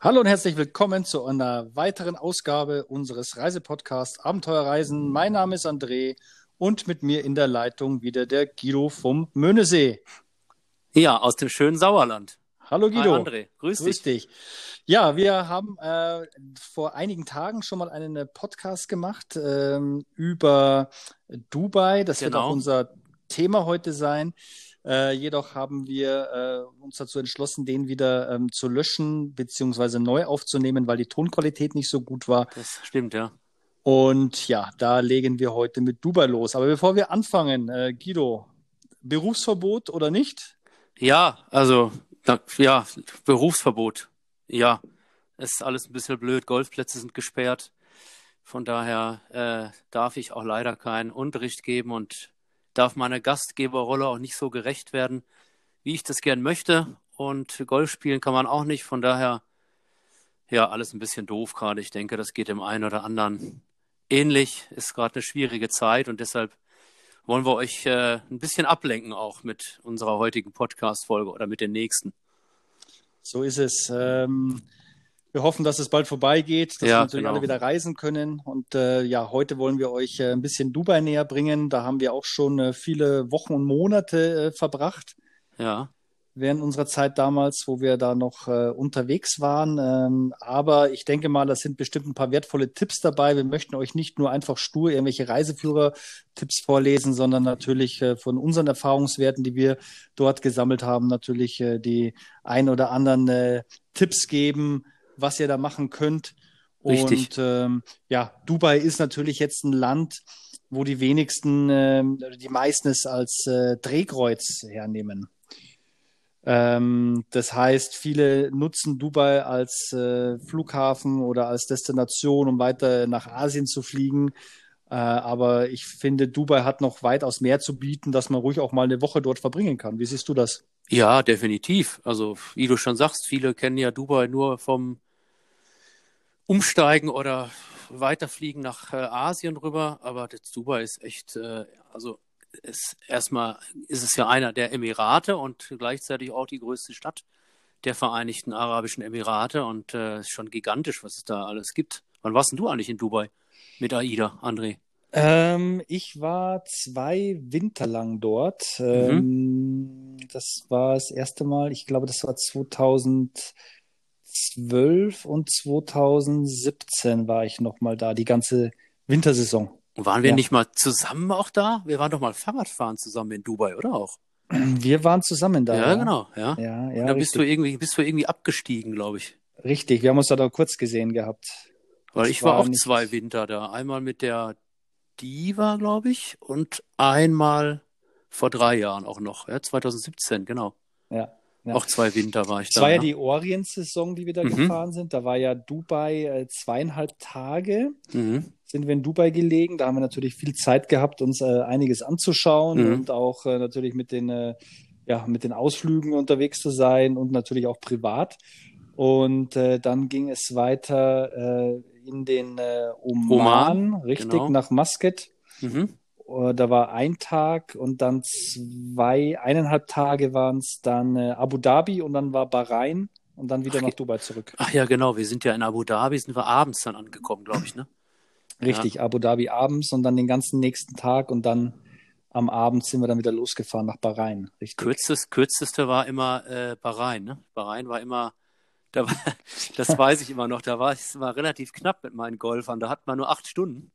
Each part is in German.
Hallo und herzlich willkommen zu einer weiteren Ausgabe unseres Reisepodcasts Abenteuerreisen. Mein Name ist André und mit mir in der Leitung wieder der Guido vom Möhnesee. Ja, aus dem schönen Sauerland. Hallo Hi Guido, André, grüß grüß dich. dich. Ja, wir haben vor einigen Tagen schon mal einen Podcast gemacht über Dubai. Das wird auch Genau. unser Thema heute sein. Jedoch haben wir uns dazu entschlossen, den wieder zu löschen bzw. neu aufzunehmen, weil die Tonqualität nicht so gut war. Das stimmt, ja. Und ja, da legen wir heute mit Dubai los. Aber bevor wir anfangen, Guido, Berufsverbot oder nicht? Ja, Berufsverbot. Ja, es ist alles ein bisschen blöd. Golfplätze sind gesperrt. Von daher darf ich auch leider keinen Unterricht geben und darf meiner Gastgeberrolle auch nicht so gerecht werden, wie ich das gern möchte. Und Golf spielen kann man auch nicht. Von daher, ja, alles ein bisschen doof gerade. Ich denke, das geht dem einen oder anderen ähnlich. Ist gerade eine schwierige Zeit und deshalb wollen wir euch ein bisschen ablenken auch mit unserer heutigen Podcast-Folge oder mit den nächsten. So ist es. Wir hoffen, dass es bald vorbeigeht, dass wir Ja, natürlich genau. alle wieder reisen können. Und ja, heute wollen wir euch ein bisschen Dubai näher bringen. Da haben wir auch schon viele Wochen und Monate verbracht Ja, während unserer Zeit damals, wo wir da noch unterwegs waren. Aber ich denke mal, da sind bestimmt ein paar wertvolle Tipps dabei. Wir möchten euch nicht nur einfach stur irgendwelche Reiseführer-Tipps vorlesen, sondern natürlich von unseren Erfahrungswerten, die wir dort gesammelt haben, natürlich die ein oder anderen Tipps geben, was ihr da machen könnt. richtig. Und ja, Dubai ist natürlich jetzt ein Land, wo die wenigsten, die meisten es als Drehkreuz hernehmen. Das heißt, viele nutzen Dubai als Flughafen oder als Destination, um weiter nach Asien zu fliegen. Aber ich finde, Dubai hat noch weitaus mehr zu bieten, dass man ruhig auch mal eine Woche dort verbringen kann. Wie siehst du das? Ja, definitiv. Also, wie du schon sagst, viele kennen ja Dubai nur vom Umsteigen oder Weiterfliegen nach Asien rüber. Aber das Dubai ist echt, erstmal ist es ja einer der Emirate und gleichzeitig auch die größte Stadt der Vereinigten Arabischen Emirate und ist schon gigantisch, was es da alles gibt. Wann warst denn du eigentlich in Dubai mit AIDA, André? Ich war 2 Winter lang dort. Mhm. Das war das erste Mal, ich glaube, das war 2012 und 2017 war ich noch mal da, die ganze Wintersaison. Waren wir Ja, nicht mal zusammen auch da? Wir waren doch mal Fahrradfahren zusammen in Dubai, oder auch? wir waren zusammen da, Ja, ja. genau, ja. Ja, Und ja, da richtig. bist du irgendwie abgestiegen, glaube ich. Richtig. Wir haben uns da doch kurz gesehen gehabt. Weil Das ich war war auch 2 nicht Winter da. Einmal mit der Diva, glaube ich, und einmal vor 3 Jahren auch noch. Ja, 2017, genau. ja, ja. Auch 2 Winter war ich Es war da, ja ja. die Orient-Saison, die wir da Mhm, gefahren sind. Da war ja Dubai 2,5 Tage. mhm, Sind wir in Dubai gelegen. Da haben wir natürlich viel Zeit gehabt, uns einiges anzuschauen mhm. und auch natürlich ja, mit den Ausflügen unterwegs zu sein und natürlich auch privat. Und dann ging es weiter in den Oman, Oman, richtig genau. nach Muscat. Mhm. Da war ein Tag und dann eineinhalb Tage waren es dann Abu Dhabi und dann war Bahrain und dann wieder Ach, nach Dubai zurück. ach ja, genau. Wir sind ja in Abu Dhabi, sind wir abends dann angekommen, glaube ich, ne? Ja. Richtig, Abu Dhabi abends und dann den ganzen nächsten Tag und dann am Abend sind wir dann wieder losgefahren nach Bahrain. Richtig. Kürzeste war immer Bahrain, ne? Bahrain war immer, da war, das weiß ich immer noch, es war relativ knapp mit meinen Golfern. Da hat man nur 8 Stunden.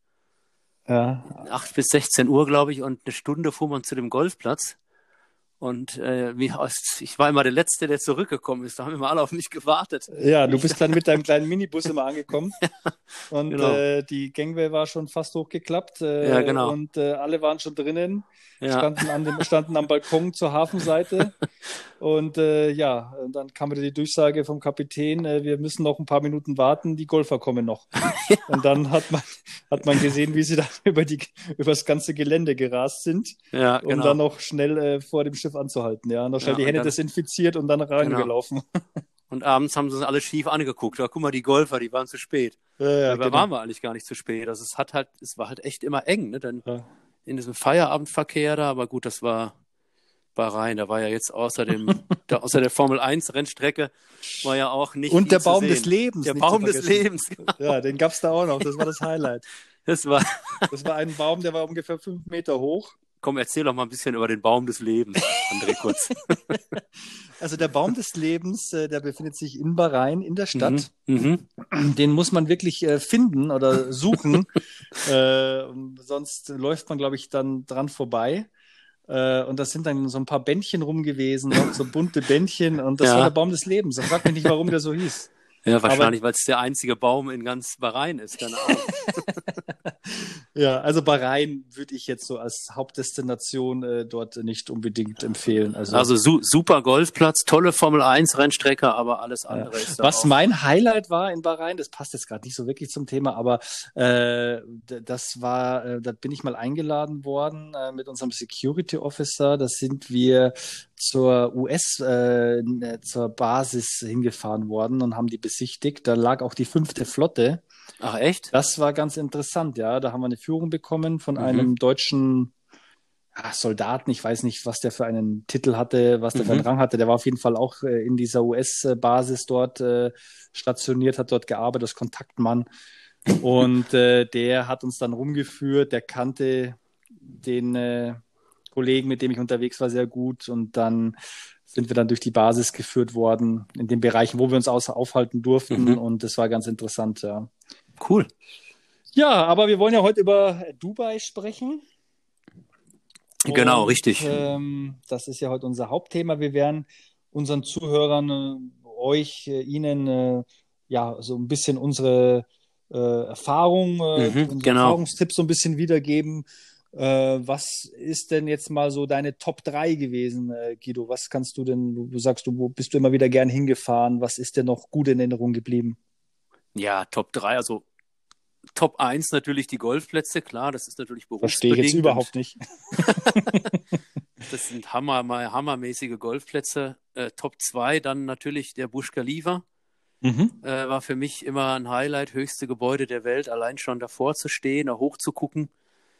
Ja, 8 bis 16 Uhr, glaube ich, und eine Stunde fuhr man zu dem Golfplatz. Und ich war immer der Letzte, der zurückgekommen ist. Da haben immer alle auf mich gewartet. ja, Wie du ich da, bist dann mit deinem kleinen Minibus immer angekommen. Und genau. die Gangway war schon fast hochgeklappt Ja, genau. und alle waren schon drinnen, Ja, standen am Balkon zur Hafenseite. Und ja, und dann kam wieder die Durchsage vom Kapitän, wir müssen noch ein paar Minuten warten, die Golfer kommen noch. Und dann hat man gesehen, wie sie da über das ganze Gelände gerast sind, ja, um dann genau. noch schnell vor dem Schiff anzuhalten. Ja, noch schnell Ja, die und Hände dann, desinfiziert und dann genau. reingelaufen. Und abends haben sie uns alle schief angeguckt. Ja, guck mal, die Golfer, die waren zu spät. Ja, ja, Dabei genau. waren wir eigentlich gar nicht zu spät. Also es war halt echt immer eng, ne? Dann Ja, in diesem Feierabendverkehr da, aber gut, das war Bahrain, da war ja jetzt außer der Formel 1 Rennstrecke war ja auch nicht Und viel der zu Baum sehen. des Lebens. Der nicht zu Baum des vergessen. Lebens, genau. Ja, den gab es da auch noch. Das war das Highlight. Das war, Das war ein Baum, der war ungefähr 5 Meter hoch. komm, erzähl doch mal ein bisschen über den Baum des Lebens, André, kurz. Also der Baum des Lebens, der befindet sich in Bahrain, in der Stadt. Mhm. Den muss man wirklich finden oder suchen. Sonst läuft man, glaube ich, dann dran vorbei. Und da sind dann so ein paar Bändchen rum gewesen, noch so bunte Bändchen. Und das Ja. war der Baum des Lebens. Da fragt mich nicht, warum der so hieß. Ja, wahrscheinlich, weil es der einzige Baum in ganz Bahrain ist, keine Ahnung. Ja, also Bahrain würde ich jetzt so als Hauptdestination dort nicht unbedingt empfehlen. Also super Golfplatz, tolle Formel 1 Rennstrecke, aber alles andere ist da Was auch. mein Highlight war in Bahrain, das passt jetzt gerade nicht so wirklich zum Thema, aber das war, da bin ich mal eingeladen worden mit unserem Security Officer. Da sind wir zur zur Basis hingefahren worden und haben die besichtigt. Da lag auch die 5. Flotte. Ach echt? Das war ganz interessant, ja. Da haben wir eine Führung bekommen von einem deutschen Soldaten. Ich weiß nicht, was der für einen Titel hatte, was der für einen Rang hatte. Der war auf jeden Fall auch in dieser US-Basis dort stationiert, hat dort gearbeitet als Kontaktmann. Und der hat uns dann rumgeführt. Der kannte den Kollegen, mit dem ich unterwegs war, sehr gut. Und dann sind wir dann durch die Basis geführt worden, in den Bereichen, wo wir uns aufhalten durften. Und das war ganz interessant, ja. Cool. Ja, aber wir wollen ja heute über Dubai sprechen. Genau, richtig. Das ist ja heute unser Hauptthema. Wir werden unseren Zuhörern, Ihnen ja so ein bisschen unsere Erfahrung, unsere genau. Erfahrungstipps so ein bisschen wiedergeben. Was ist denn jetzt mal so deine Top 3 gewesen, Guido? Was kannst du denn, du sagst, wo bist du immer wieder gern hingefahren? Was ist denn noch gut in Erinnerung geblieben? Ja, Top 3, also Top 1 natürlich die Golfplätze, klar, das ist natürlich Verstehe berufsbedingt. ich jetzt überhaupt nicht. Das sind hammermäßige Golfplätze. Top 2 dann natürlich der Burj Khalifa. War für mich immer ein Highlight, höchste Gebäude der Welt, allein schon davor zu stehen, da hoch zu gucken.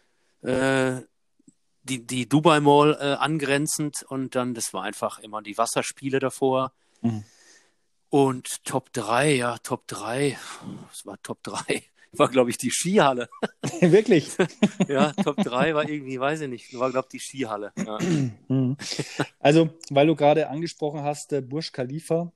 Die Dubai Mall angrenzend und dann, das war einfach immer die Wasserspiele davor. Und Top 3, was war Top 3? War, glaube ich, die Skihalle. Wirklich? Ja, Top 3 war irgendwie, weiß ich nicht, war, glaube ich, die Skihalle. Ja. Also, weil du gerade angesprochen hast, der Burj Khalifa,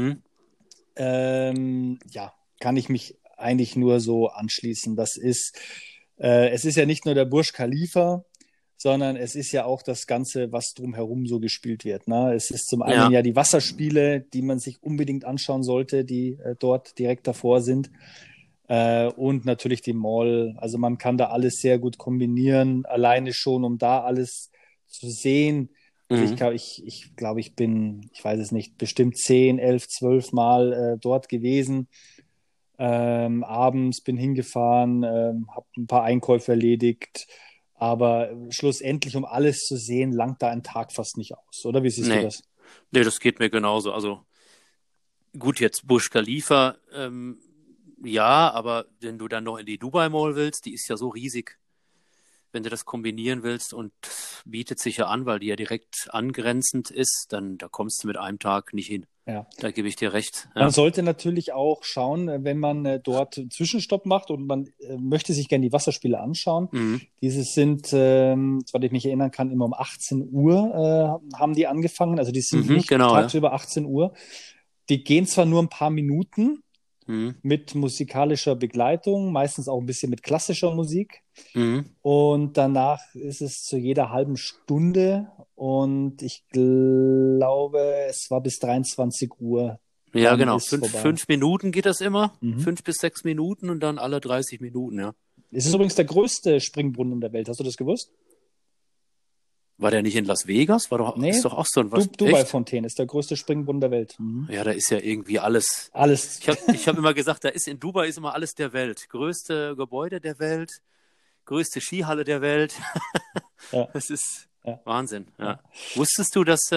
ja, kann ich mich eigentlich nur so anschließen. Das ist, es ist ja nicht nur der Burj Khalifa, sondern es ist ja auch das Ganze, was drumherum so gespielt wird. Ne? Es ist zum einen ja die Wasserspiele, die man sich unbedingt anschauen sollte, die dort direkt davor sind. Und natürlich die Mall. Also man kann da alles sehr gut kombinieren, alleine schon, um da alles zu sehen. Also ich glaube, ich bin, ich weiß es nicht, bestimmt 10, 11, 12 Mal dort gewesen. Abends bin hingefahren, habe ein paar Einkäufe erledigt. Aber schlussendlich, um alles zu sehen, langt da ein Tag fast nicht aus. Oder wie siehst du das? Nee, das geht mir genauso. Also gut, jetzt Burj Khalifa, ja, aber wenn du dann noch in die Dubai Mall willst, die ist ja so riesig, wenn du das kombinieren willst und bietet sich ja an, weil die ja direkt angrenzend ist, dann da kommst du mit einem Tag nicht hin. Ja. Da gebe ich dir recht. Ja. Man sollte natürlich auch schauen, wenn man dort einen Zwischenstopp macht und man möchte sich gerne die Wasserspiele anschauen. Diese sind, soweit ich mich erinnern kann, immer um 18 Uhr haben die angefangen. Also die sind nicht tagsüber 18 Uhr. Die gehen zwar nur ein paar Minuten, mit musikalischer Begleitung, meistens auch ein bisschen mit klassischer Musik. Und danach ist es zu jeder halben Stunde und ich glaube, es war bis 23 Uhr. Ja, genau. 5 Minuten geht das immer. 5 bis 6 Minuten und dann alle 30 Minuten, ja. Es ist übrigens der größte Springbrunnen der Welt. Hast du das gewusst? War der nicht in Las Vegas? Nee, ist doch auch so ein was. Dubai-Fontäne ist der größte Springbrunnen der Welt. Ja, da ist ja irgendwie alles. Alles. Ich hab immer gesagt, in Dubai ist immer alles der Welt. Größte Gebäude der Welt, größte Skihalle der Welt. Ja. Das ist Wahnsinn. Ja. Wusstest du, dass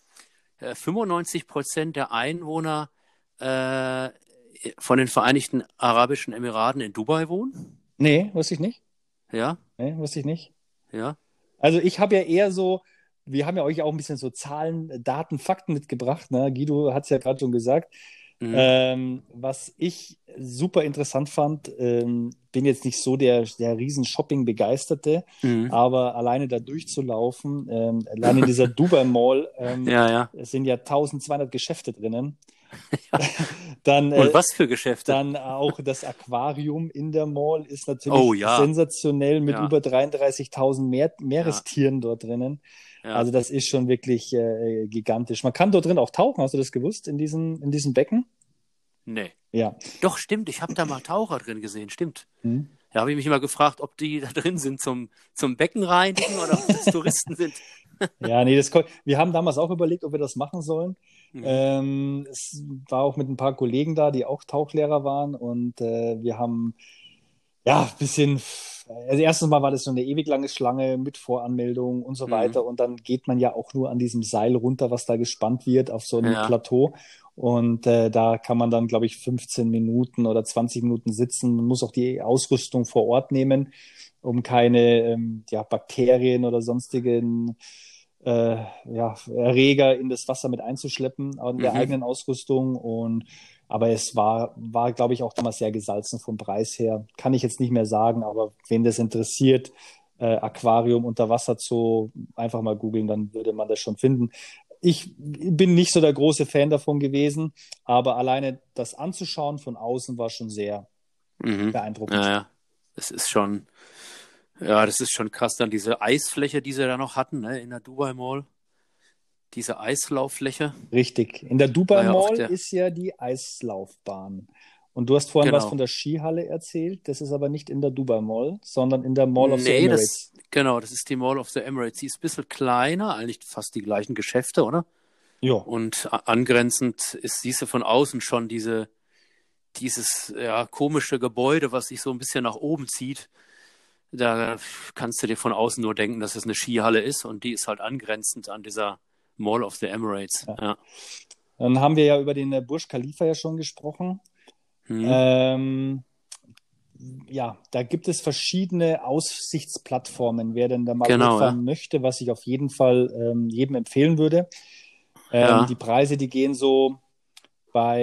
95% der Einwohner von den Vereinigten Arabischen Emiraten in Dubai wohnen? Nee, wusste ich nicht. Ja? Nee, wusste ich nicht. Ja. Also ich habe ja eher so, wir haben ja euch auch ein bisschen so Zahlen, Daten, Fakten mitgebracht. Ne? Guido hat es ja gerade schon gesagt. Mhm. Was ich super interessant fand, bin jetzt nicht so der riesen Shopping-Begeisterte, Mhm. aber alleine da durchzulaufen, alleine in dieser Dubai Mall, Ja, ja. es sind ja 1200 Geschäfte drinnen. Dann, Und was für Geschäfte? dann auch das Aquarium in der Mall ist Oh natürlich ja, sensationell mit ja, über 33.000 ja, Meerestieren dort drinnen. ja. Also das ist schon wirklich gigantisch. Man kann dort drin auch tauchen. Hast du das gewusst in diesem Becken? Nee. Ja. Doch, stimmt, ich habe da mal Taucher drin gesehen, stimmt. Hm. Da habe ich mich immer gefragt, ob die da drin sind zum Becken reinigen oder ob das Touristen sind. Ja, nee, wir haben damals auch überlegt, ob wir das machen sollen. Mhm. Es war auch mit ein paar Kollegen da, die auch Tauchlehrer waren und wir haben ja ein bisschen, also erstens mal war das so eine ewig lange Schlange mit Voranmeldung und so Mhm. weiter und dann geht man ja auch nur an diesem Seil runter, was da gespannt wird auf so einem Ja. Plateau und da kann man dann, glaube ich, 15 Minuten oder 20 Minuten sitzen. Man muss auch die Ausrüstung vor Ort nehmen, um keine ja, Bakterien oder sonstigen ja, Erreger in das Wasser mit einzuschleppen an der Mhm. eigenen Ausrüstung. Aber es war, glaube ich, auch damals sehr gesalzen vom Preis her. Kann ich jetzt nicht mehr sagen, aber wen das interessiert, Aquarium, Unterwasserzoo, einfach mal googeln, dann würde man das schon finden. Ich bin nicht so der große Fan davon gewesen, aber alleine das anzuschauen von außen war schon sehr Mhm. Ja, beeindruckend. ja. Das ist schon, ja, das ist schon krass. Dann diese Eisfläche, die sie da noch hatten, ne, in der Dubai Mall. Diese Eislauffläche Richtig. In der Dubai war ja auch Mall der, ist ja die Eislaufbahn. Und du hast vorhin was von genau. der Skihalle erzählt. Das ist aber nicht in der Dubai Mall, sondern in der Mall of the Nee, Emirates. genau, das ist die Mall of the Emirates. Die ist ein bisschen kleiner, eigentlich fast die gleichen Geschäfte, oder? Ja, Und angrenzend siehst du von außen schon dieses ja, komische Gebäude, was sich so ein bisschen nach oben zieht. Da kannst du dir von außen nur denken, dass es eine Skihalle ist und die ist halt angrenzend an dieser Mall of the Emirates. ja. Ja. Dann haben wir ja über den Burj Khalifa ja schon gesprochen. Mhm. Ähm, ja, da gibt es verschiedene Aussichtsplattformen. Wer denn da mal Genau, ja. hochfahren möchte, was ich auf jeden Fall jedem empfehlen würde. Die Ja. Preise, die gehen so bei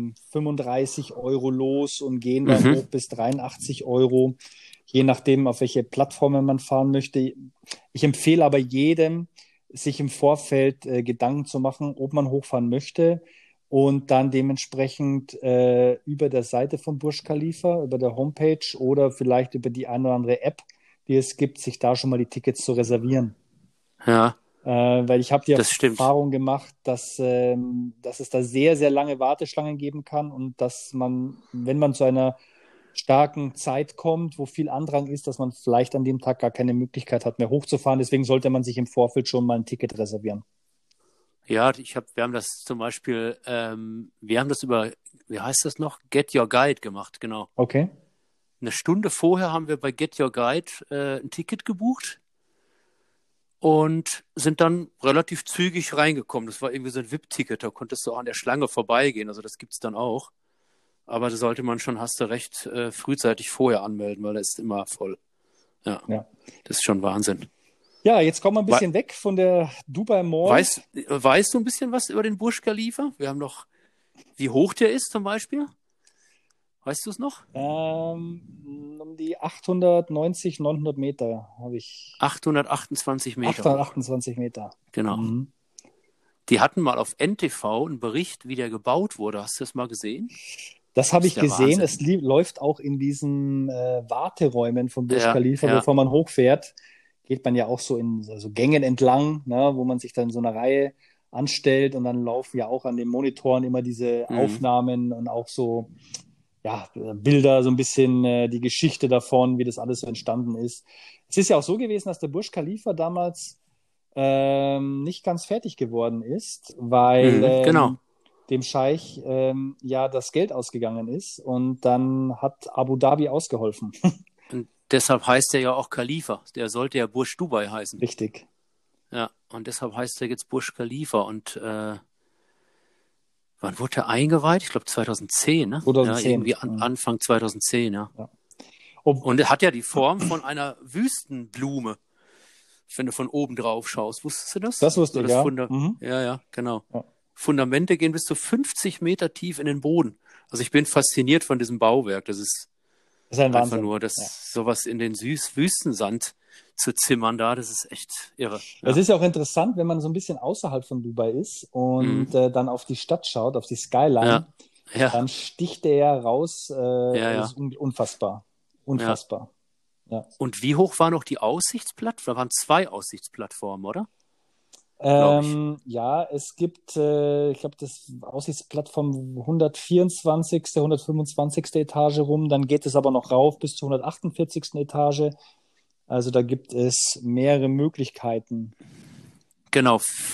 35 Euro los und gehen dann Mhm. hoch bis 83 Euro, je nachdem, auf welche Plattformen man fahren möchte. Ich empfehle aber jedem, sich im Vorfeld Gedanken zu machen, ob man hochfahren möchte und dann dementsprechend über der Seite von Burj Khalifa, über der Homepage oder vielleicht über die eine oder andere App, die es gibt, sich da schon mal die Tickets zu reservieren. Ja, Weil ich habe die das stimmt. Erfahrung gemacht, dass es da sehr, sehr lange Warteschlangen geben kann und dass man, wenn man zu einer starken Zeit kommt, wo viel Andrang ist, dass man vielleicht an dem Tag gar keine Möglichkeit hat, mehr hochzufahren. Deswegen sollte man sich im Vorfeld schon mal ein Ticket reservieren. Ja, wir haben das zum Beispiel, wir haben das über, wie heißt das noch? Get Your Guide gemacht, genau. Okay. Eine Stunde vorher haben wir bei Get Your Guide ein Ticket gebucht und sind dann relativ zügig reingekommen. Das war irgendwie so ein VIP-Ticket, da konntest du auch an der Schlange vorbeigehen. Also das gibt's dann auch. Aber da sollte man schon, hast du recht, frühzeitig vorher anmelden, weil da ist immer voll. Ja, Ja. das ist schon Wahnsinn. Ja, jetzt kommen wir ein We bisschen weg von der Dubai Mall. weißt du ein bisschen was über den Burj Khalifa? Wir haben noch, wie hoch der ist zum Beispiel? Weißt du es noch? Um die 890, 900 Meter habe ich. 828 Meter hoch. 828 Meter. Genau. Mhm. Die hatten mal auf NTV einen Bericht, wie der gebaut wurde. Hast du das mal gesehen? Das habe Das ist ich der gesehen. Wahnsinn. Es läuft auch in diesen Warteräumen von Burj Ja, Khalifa, ja. bevor man hochfährt, geht man ja auch so in so Gängen entlang, ne, wo man sich dann in so einer Reihe anstellt und dann laufen ja auch an den Monitoren immer diese Mhm. Aufnahmen und auch so ja, Bilder, so ein bisschen die Geschichte davon, wie das alles so entstanden ist. Es ist ja auch so gewesen, dass der Burj Khalifa damals nicht ganz fertig geworden ist, weil Mhm. Genau. dem Scheich ja das Geld ausgegangen ist und dann hat Abu Dhabi ausgeholfen. Und deshalb heißt er ja auch Khalifa. Der sollte ja Burj Dubai heißen. Richtig. Ja, und deshalb heißt er jetzt Burj Khalifa. Und wann wurde er eingeweiht? Ich glaube 2010, ne? Ja, 2010. irgendwie Anfang 2010, ja. Ja. Ob, Und er hat ja die Form von einer Wüstenblume. wenn du von oben drauf schaust. Wusstest du das? Das wusste So ich, das ja. Ja, genau. Ja. Fundamente gehen bis zu 50 Meter tief in den Boden. Also ich bin fasziniert von diesem Bauwerk. Das ist Das ist ein einfach Wahnsinn. nur, sowas in den Wüstensand zu zimmern da, das ist echt irre. Es ist ja auch interessant, wenn man so ein bisschen außerhalb von Dubai ist und dann auf die Stadt schaut, auf die Skyline, dann sticht der ja raus. Das ist unfassbar. Unfassbar. Ja. Und wie hoch war noch die Aussichtsplattform? Da waren 2 Aussichtsplattformen, oder? Ja, es gibt, ich glaube, das Aussichtsplattform 124., 125. Etage rum, dann geht es aber noch rauf bis zur 148. Etage. Also da gibt es mehrere Möglichkeiten. Genau,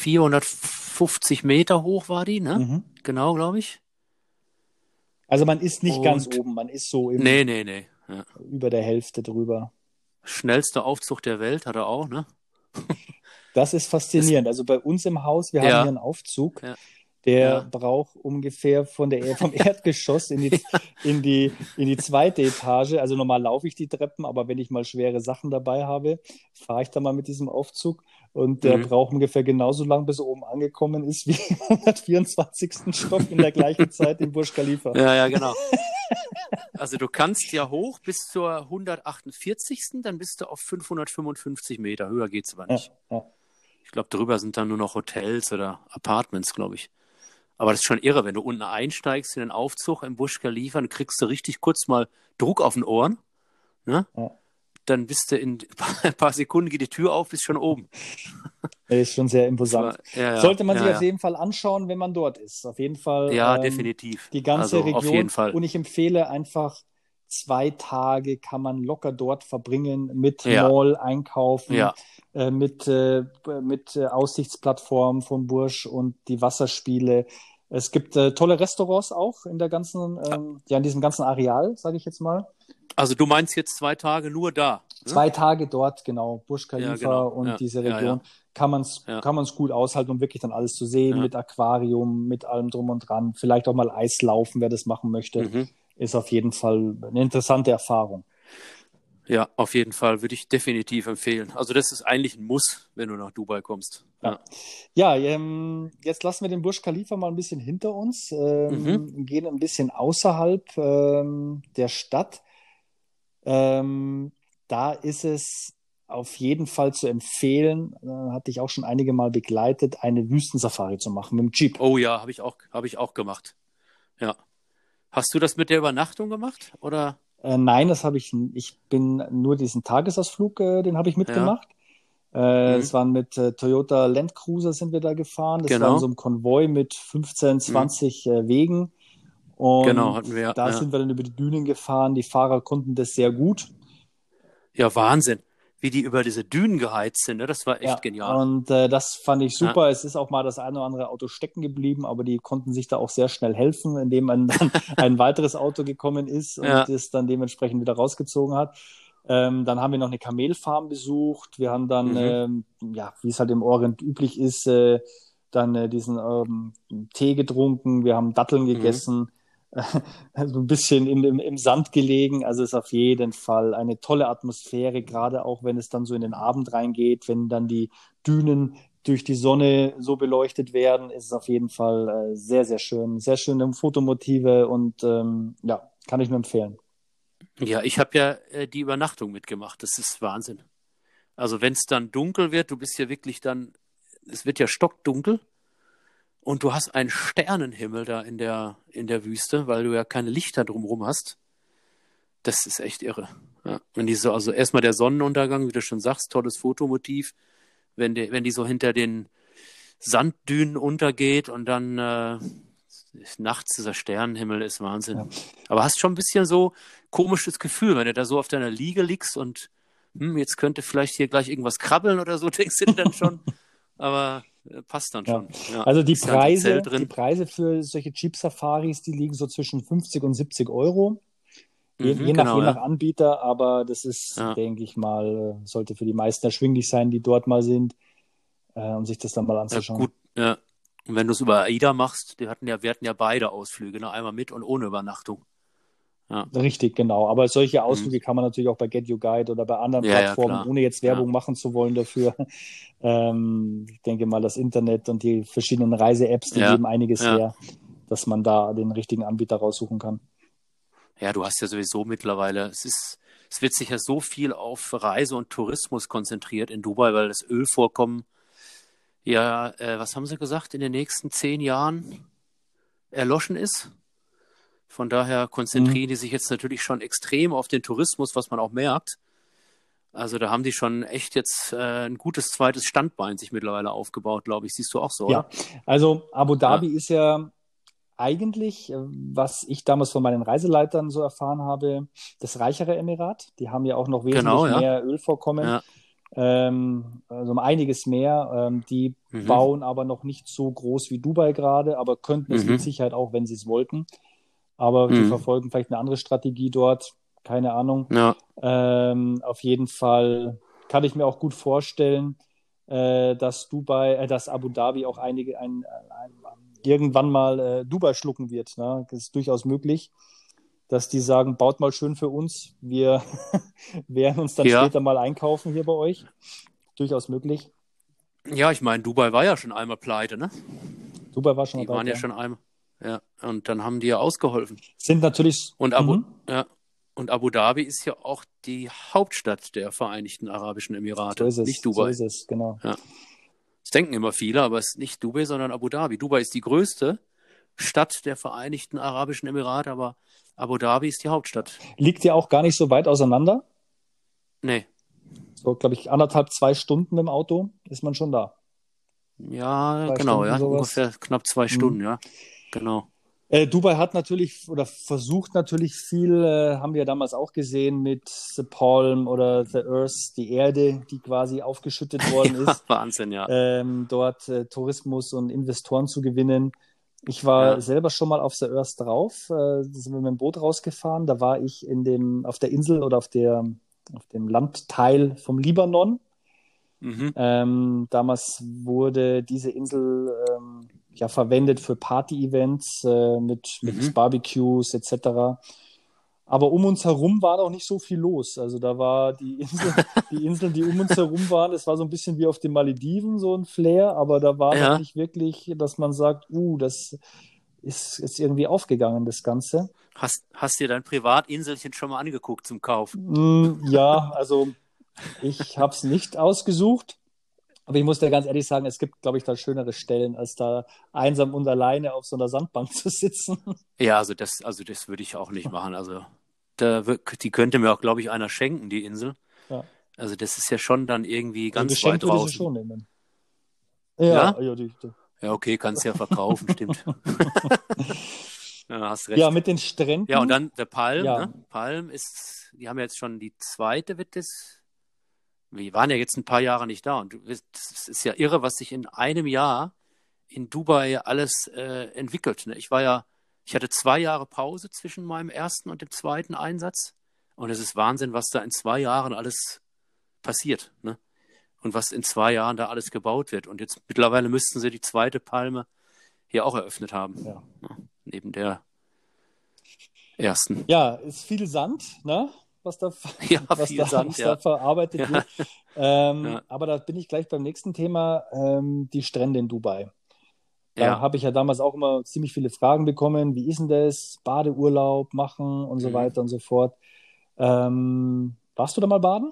450 Meter hoch war die, ne? Genau, glaube ich. Also man ist nicht ganz oben, man ist so Nee. Ja. Über der Hälfte drüber. Schnellster Aufzug der Welt hat er auch, ne? Das ist faszinierend. Also bei uns im Haus, wir haben hier einen Aufzug, der braucht ungefähr vom Erdgeschoss in die zweite Etage. Also normal laufe ich die Treppen, aber wenn ich mal schwere Sachen dabei habe, fahre ich da mal mit diesem Aufzug und der braucht ungefähr genauso lang, bis er oben angekommen ist, wie im 124. Stock in der gleichen Zeit im Burj Khalifa. Ja, genau. Also du kannst ja hoch bis zur 148., dann bist du auf 555 Meter. Höher geht's aber nicht. Ja. Ich glaube, drüber sind dann nur noch Hotels oder Apartments, glaube ich. Aber das ist schon irre, wenn du unten einsteigst in den Aufzug im Burj Khalifa, dann kriegst du richtig kurz mal Druck auf den Ohren. Ne? Ja. Dann bist du in ein paar Sekunden, geht die Tür auf, bist schon oben. Das ist schon sehr imposant. Sollte man sich auf jeden Fall anschauen, wenn man dort ist. Auf jeden Fall. Ja, definitiv. Die ganze Region. Auf jeden Fall. Und ich empfehle einfach, 2 Tage kann man locker dort verbringen mit Mall, Einkaufen, mit Aussichtsplattformen vom Burj und die Wasserspiele. Es gibt tolle Restaurants auch in der ganzen, in diesem ganzen Areal, sage ich jetzt mal. Also du meinst jetzt 2 Tage nur da? Ne? 2 Tage dort, genau. Burj Khalifa und diese Region. Kann man's gut aushalten, um wirklich dann alles zu sehen, mit Aquarium, mit allem drum und dran. Vielleicht auch mal Eislaufen, wer das machen möchte. Ist auf jeden Fall eine interessante Erfahrung. Ja, auf jeden Fall würde ich definitiv empfehlen. Also das ist eigentlich ein Muss, wenn du nach Dubai kommst. Ja, jetzt lassen wir den Burj Khalifa mal ein bisschen hinter uns, gehen ein bisschen außerhalb der Stadt. Da ist es auf jeden Fall zu empfehlen, hatte ich auch schon einige Mal begleitet, eine Wüstensafari zu machen mit dem Jeep. Oh ja, habe ich auch gemacht. Ja. Hast du das mit der Übernachtung gemacht, oder? Nein, das habe ich. Ich bin nur diesen Tagesausflug, den habe ich mitgemacht. Es waren mit Toyota Land Cruiser sind wir da gefahren. Das war in so einem Konvoi mit 15, 20 Wegen. Und hatten wir. Da sind wir dann über die Dünen gefahren. Die Fahrer konnten das sehr gut. Ja, Wahnsinn, wie die über diese Dünen geheizt sind. Ne? Das war echt genial. Und das fand ich super. Es ist auch mal das eine oder andere Auto stecken geblieben, aber die konnten sich da auch sehr schnell helfen, indem dann ein weiteres Auto gekommen ist und es dann dementsprechend wieder rausgezogen hat. Dann haben wir noch eine Kamelfarm besucht. Wir haben dann, wie es halt im Orient üblich ist, dann diesen Tee getrunken. Wir haben Datteln gegessen. So ein bisschen im Sand gelegen. Also ist auf jeden Fall eine tolle Atmosphäre, gerade auch wenn es dann so in den Abend reingeht, wenn dann die Dünen durch die Sonne so beleuchtet werden, ist es auf jeden Fall sehr, sehr schön. Sehr schöne Fotomotive und kann ich nur empfehlen. Ja, ich habe ja die Übernachtung mitgemacht. Das ist Wahnsinn. Also wenn es dann dunkel wird, du bist ja wirklich dann, es wird ja stockdunkel. Und du hast einen Sternenhimmel da in der Wüste, weil du ja keine Lichter drumherum hast. Das ist echt irre. Ja. Wenn die so, also erstmal der Sonnenuntergang, wie du schon sagst, tolles Fotomotiv, wenn die so hinter den Sanddünen untergeht und dann nachts dieser Sternenhimmel ist Wahnsinn. Ja. Aber hast schon ein bisschen so komisches Gefühl, wenn du da so auf deiner Liege liegst und jetzt könnte vielleicht hier gleich irgendwas krabbeln oder so, denkst du dann schon. Aber passt dann schon. Ja. Also die Preise für solche Jeep-Safaris, die liegen so zwischen 50 und 70 Euro. Je nach Anbieter, aber das ist, denke ich mal, sollte für die meisten erschwinglich sein, die dort mal sind, um sich das dann mal anzuschauen. Ja, gut, ja. Und wenn du es über AIDA machst, wir hatten ja beide Ausflüge, ne? Einmal mit und ohne Übernachtung. Ja. Richtig, genau. Aber solche Mhm. Ausflüge kann man natürlich auch bei Get Your Guide oder bei anderen Ja, ja, Plattformen, klar. ohne jetzt Ja. Werbung machen zu wollen dafür. Ich denke mal, das Internet und die verschiedenen Reise-Apps, die Ja. geben einiges Ja. her, dass man da den richtigen Anbieter raussuchen kann. Ja, du hast ja sowieso mittlerweile, es wird sich ja so viel auf Reise und Tourismus konzentriert in Dubai, weil das Ölvorkommen ja, was haben sie gesagt, in den nächsten 10 Jahren erloschen ist. Von daher Mhm. konzentrieren die sich jetzt natürlich schon extrem auf den Tourismus, was man auch merkt. Also da haben die schon echt jetzt ein gutes zweites Standbein sich mittlerweile aufgebaut, glaube ich. Siehst du auch so, oder? Ja, also Abu Ja, Dhabi ist ja eigentlich, was ich damals von meinen Reiseleitern so erfahren habe, das reichere Emirat. Die haben ja auch noch genau, wesentlich ja. mehr Ölvorkommen, Ja. also um einiges mehr. Die Mhm. bauen aber noch nicht so groß wie Dubai gerade, aber könnten es mit Mhm. Sicherheit auch, wenn sie es wollten. Aber die Mhm. verfolgen vielleicht eine andere Strategie dort, keine Ahnung. Ja. Auf jeden Fall kann ich mir auch gut vorstellen, dass Abu Dhabi auch irgendwann mal Dubai schlucken wird. Ne? Das ist durchaus möglich, dass die sagen, baut mal schön für uns. Wir werden uns dann Ja. später mal einkaufen hier bei euch. Durchaus möglich. Ja, ich meine, Dubai war ja schon einmal pleite, ne? Dubai war schon Die dabei, waren ja ja. schon einmal. Ja, und dann haben die ja ausgeholfen. Sind natürlich, Und ja, und Abu Dhabi ist ja auch die Hauptstadt der Vereinigten Arabischen so Emirate, ist nicht es, so Dubai. ist es, genau. Ja. Das denken immer viele, aber es ist nicht Dubai, sondern Abu Dhabi. Dubai ist die größte Stadt der Vereinigten Arabischen Emirate, aber Abu Dhabi ist die Hauptstadt. Liegt ja auch gar nicht so weit auseinander. Nee, So, glaube ich, 1,5, 2 Stunden mit dem Auto ist man schon da. ja, Zwei genau, Stunden ja, sowas. ungefähr knapp 2 Stunden, Mhm. ja, genau. Dubai hat natürlich oder versucht natürlich viel, haben wir ja damals auch gesehen mit The Palm oder The Earth, die Erde, die quasi aufgeschüttet worden Ja, ist, Wahnsinn, ja. dort Tourismus und Investoren zu gewinnen. Ich war Ja, selber schon mal auf The Earth drauf, da sind wir mit dem Boot rausgefahren, da war ich auf der Insel oder auf dem Landteil vom Libanon. mhm, Damals wurde diese Insel ja verwendet für Party-Events mit mhm. Barbecues etc. Aber um uns herum war noch nicht so viel los. Also da war die Inseln, die um uns herum waren, es war so ein bisschen wie auf den Malediven, so ein Flair, aber da war noch Ja, nicht wirklich, dass man sagt, das ist irgendwie aufgegangen, das Ganze. hast dir dein Privatinselchen schon mal angeguckt zum Kauf? Ja, also ich habe es nicht ausgesucht. Aber ich muss dir ganz ehrlich sagen, es gibt, glaube ich, da schönere Stellen, als da einsam und alleine auf so einer Sandbank zu sitzen. Ja, also das würde ich auch nicht machen. Also die könnte mir auch, glaube ich, einer schenken, die Insel. Ja. Also das ist ja schon dann irgendwie Also ganz geschenkt weit würde ich sie draußen. schon nehmen. Ja, Ja? ja, Ja, okay, kannst ja verkaufen, stimmt. Ja, hast ja, recht. mit den Ja, und Stränden, dann der Palm, ja, ne? Palm ist, die haben ja jetzt schon die zweite, wird das. Wir waren ja jetzt ein paar Jahre nicht da und es ist ja irre, was sich in einem Jahr in Dubai alles entwickelt. Ne? Ich hatte 2 Jahre Pause zwischen meinem ersten und dem zweiten Einsatz und es ist Wahnsinn, was da in 2 Jahren alles passiert, ne? Und was in 2 Jahren da alles gebaut wird. Und jetzt mittlerweile müssten sie die zweite Palme hier auch eröffnet haben, ja. ne? Neben der ersten. Ja, ist viel Sand, ne? Was da, Ja, was viel da, Sand, was da ja. verarbeitet Ja, wird. ja, Aber da bin ich gleich beim nächsten Thema, die Strände in Dubai. Da ja. habe ich ja damals auch immer ziemlich viele Fragen bekommen. Wie ist denn das? Badeurlaub machen und so Mhm. weiter und so fort. Warst du da mal baden?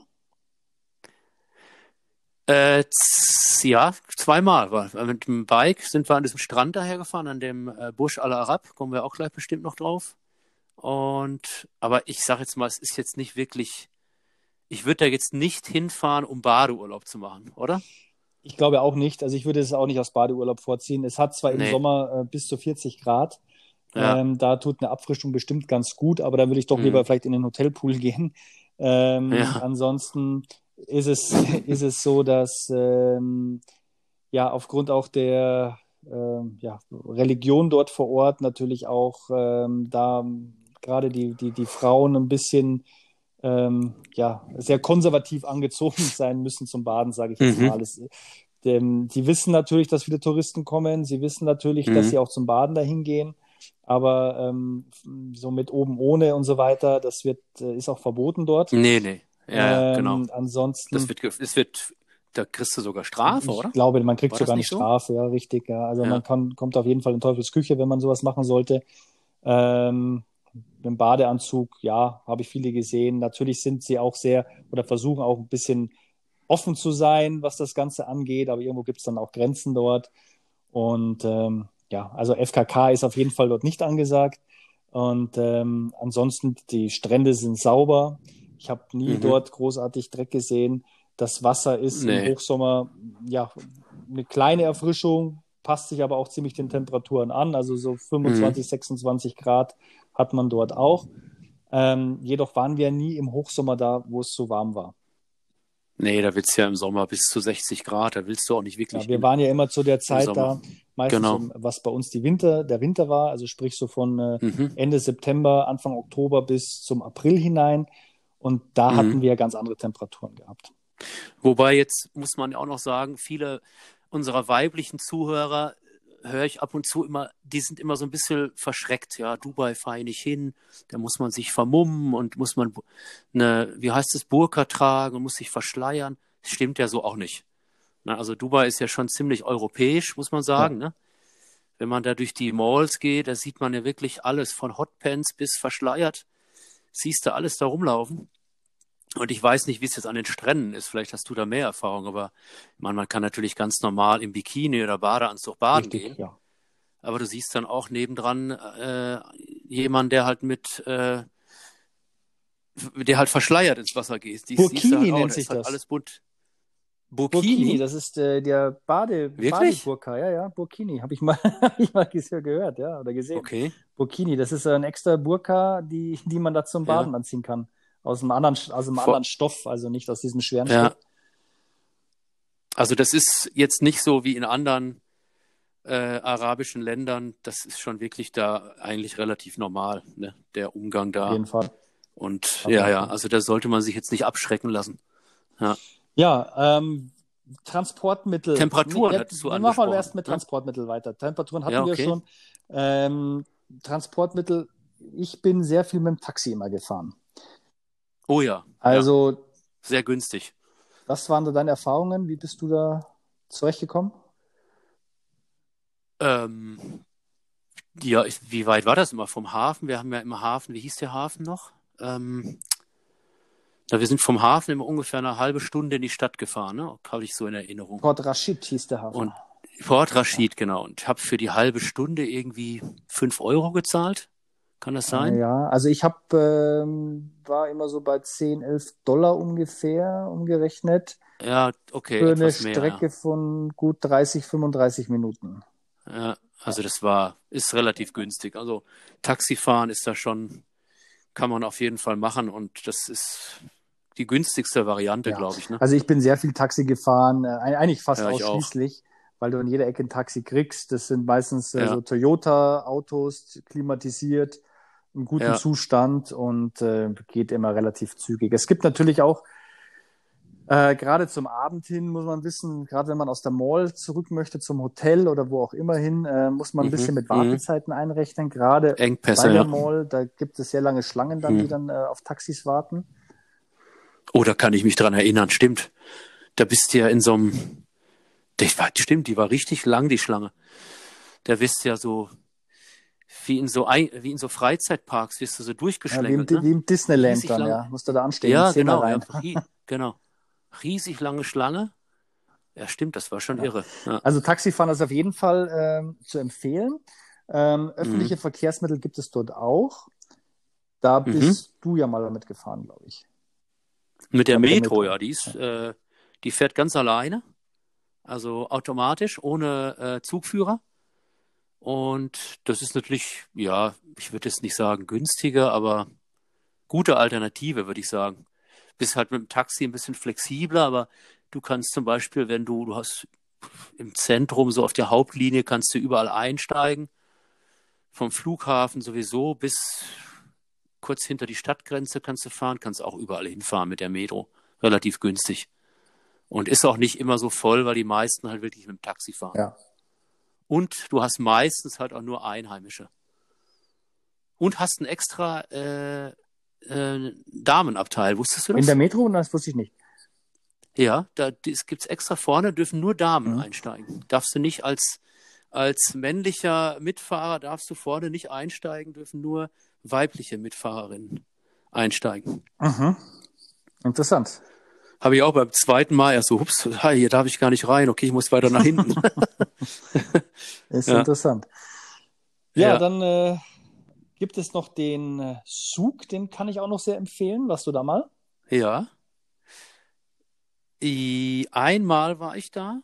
Ja, zweimal. Mit dem Bike sind wir an diesem Strand dahergefahren, an dem Burj Al Arab, kommen wir auch gleich bestimmt noch drauf. Aber ich sage jetzt mal, es ist jetzt nicht wirklich, ich würde da jetzt nicht hinfahren, um Badeurlaub zu machen, oder? Ich glaube auch nicht. Also ich würde es auch nicht aus Badeurlaub vorziehen. Es hat zwar im Nee, Sommer bis zu 40 Grad. ja, Da tut eine Abfrischung bestimmt ganz gut, aber da würde ich doch lieber mhm. vielleicht in den Hotelpool gehen. Ja, Ansonsten ist es so, dass ja aufgrund auch der ja, Religion dort vor Ort natürlich auch da gerade die Frauen ein bisschen ja, sehr konservativ angezogen sein müssen zum Baden, sage ich jetzt mhm. mal. Sie wissen natürlich, dass viele Touristen kommen. Sie wissen natürlich, dass Mhm. sie auch zum Baden dahin gehen. aber so mit oben ohne und so weiter, ist auch verboten dort. Nee. Ja, genau. Ansonsten, Da kriegst du sogar Strafe, ich oder? glaube, man kriegt War das sogar eine nicht so? Strafe, ja, richtig, ja. Also Ja. kommt auf jeden Fall in Teufels Küche, wenn man sowas machen sollte. Ähm, Mit dem Badeanzug, ja, habe ich viele gesehen. Natürlich sind sie auch sehr oder versuchen auch ein bisschen offen zu sein, was das Ganze angeht, aber irgendwo gibt es dann auch Grenzen dort. Und ja, also FKK ist auf jeden Fall dort nicht angesagt. Und ansonsten, die Strände sind sauber. Ich habe nie Mhm. dort großartig Dreck gesehen. Das Wasser ist im Nee. Hochsommer ja eine kleine Erfrischung, passt sich aber auch ziemlich den Temperaturen an. Also so Mhm. 25, 26 Grad hat man dort auch. Jedoch waren wir nie im Hochsommer da, wo es so warm war. Nee, da wird's ja im Sommer bis zu 60 Grad. Da willst du auch nicht Ja, wirklich wir hin waren ja immer zu der im Zeit Sommer. da, meistens Genau. was bei uns der Winter war, also sprich so von Mhm. Ende September, Anfang Oktober bis zum April hinein. Und da hatten Mhm. wir ganz andere Temperaturen gehabt. Wobei jetzt muss man ja auch noch sagen, viele unserer weiblichen Zuhörer höre ich ab und zu immer, die sind immer so ein bisschen verschreckt. Ja, Dubai fahre ich nicht hin, da muss man sich vermummen und muss man wie heißt es, Burka tragen und muss sich verschleiern. Das stimmt ja so auch nicht. Na, also Dubai ist ja schon ziemlich europäisch, muss man Ja, sagen. Ne? Wenn man da durch die Malls geht, da sieht man ja wirklich alles, von Hotpants bis verschleiert. Siehst du alles da rumlaufen. Und ich weiß nicht, wie es jetzt an den Stränden ist. Vielleicht hast du da mehr Erfahrung, aber man kann natürlich ganz normal im Bikini oder Badeanzug baden richtig, gehen. ja. Aber du siehst dann auch nebendran jemanden, der halt verschleiert ins Wasser geht. Die siehst du halt Burkini auch, nennt da sich ist halt das. alles bunt. Burkini, Burkini? das ist der Wirklich? Badeburka, ja, ja, Burkini, habe ich mal, hab ich mal gehört, ja, oder gesehen. Okay, Burkini, das ist ein extra Burka, die man da zum ja. Baden anziehen kann. Aus einem Vor, anderen Stoff, also nicht aus diesem schweren Stoff. ja. Also das ist jetzt nicht so wie in anderen arabischen Ländern. Das ist schon wirklich da eigentlich relativ normal, ne? Der Umgang Auf da. jeden Fall, Und auf ja, jeden ja, Fall. also da sollte man sich jetzt nicht abschrecken lassen. Ja. Ja, Transportmittel. Temperaturen hattest du Wir machen mal angesprochen, erst mit ne? Transportmittel weiter. Temperaturen Ja, hatten wir okay. schon. Ähm, Transportmittel, ich bin sehr viel mit dem Taxi immer gefahren. Oh ja, ja, Also, sehr günstig. was waren da deine Erfahrungen? Wie bist du da zurechtgekommen? Ähm, ja, wie weit war das immer vom Hafen? Wir haben ja im Hafen, wie hieß der Hafen noch? Wir sind vom Hafen immer ungefähr eine halbe Stunde in die Stadt gefahren, ne? Habe ich so in Erinnerung. Port Rashid hieß der Hafen. Und Port Ja. Rashid, genau. Und habe für die halbe Stunde irgendwie 5 € gezahlt. Kann das sein? Ja, also war immer so bei 10, $11 ungefähr umgerechnet Ja, okay, für eine etwas mehr, ja. Strecke von gut 30, 35 Minuten. Ja, Ja, also ist relativ günstig. Also Taxifahren ist da schon, kann man auf jeden Fall machen und das ist die günstigste Variante, ja. glaube ich, ne? Also ich bin sehr viel Taxi gefahren, eigentlich fast Ja, ich auch. ausschließlich, weil du in jeder Ecke ein Taxi kriegst. Das sind meistens so Ja, Toyota-Autos, klimatisiert, im guten ja. Zustand und geht immer relativ zügig. Es gibt natürlich auch gerade zum Abend hin muss man wissen, gerade wenn man aus der Mall zurück möchte zum Hotel oder wo auch immer hin, muss man ein Mhm, bisschen mit mhm. Wartezeiten einrechnen. Gerade bei Engpässe, der ja. Mall, da gibt es sehr lange Schlangen dann, die Mhm. dann auf Taxis warten. Oh, da kann ich mich dran erinnern, stimmt. Da bist du ja in so einem, stimmt, die war richtig lang, die Schlange. Da wirst du ja so, wie in so Freizeitparks wirst du so Ja, durchgeschlängelt, ne? wie im Disneyland Riesig dann, lange. ja. Musst du da anstehen in Ja, Zehner genau, ja, rein. genau. Riesig lange Schlange. Ja, stimmt, das war schon Ja. irre. Ja. Also Taxifahren ist auf jeden Fall zu empfehlen. Mhm. Öffentliche Verkehrsmittel gibt es dort auch. Da Mhm. bist du ja mal damit gefahren, glaube ich. Mit der Ja, mit der Metro, Metro. ja, die fährt ganz alleine, also automatisch, ohne Zugführer. Und das ist natürlich, ja, ich würde jetzt nicht sagen günstiger, aber gute Alternative, würde ich sagen. Bist halt mit dem Taxi ein bisschen flexibler, aber du kannst zum Beispiel, wenn du hast im Zentrum, so auf der Hauptlinie, kannst du überall einsteigen. Vom Flughafen sowieso bis kurz hinter die Stadtgrenze kannst du fahren, kannst auch überall hinfahren mit der Metro. Relativ günstig. Und ist auch nicht immer so voll, weil die meisten halt wirklich mit dem Taxi fahren. Ja. Und du hast meistens halt auch nur Einheimische. und hast ein extra Damenabteil. Wusstest du In das? der Metro? Das wusste ich nicht. Ja, das gibt's extra vorne, dürfen nur Damen einsteigen. Darfst du nicht als männlicher Mitfahrer darfst du vorne nicht einsteigen, dürfen nur weibliche Mitfahrerinnen einsteigen. Mhm. Interessant. Habe ich auch beim zweiten Mal erst so, hups, hier darf ich gar nicht rein, okay, ich muss weiter nach hinten. Ist Ja. interessant. Ja, Ja. dann gibt es noch den Zug, den kann ich auch noch sehr empfehlen. Warst du da mal? Ja. Einmal war ich da.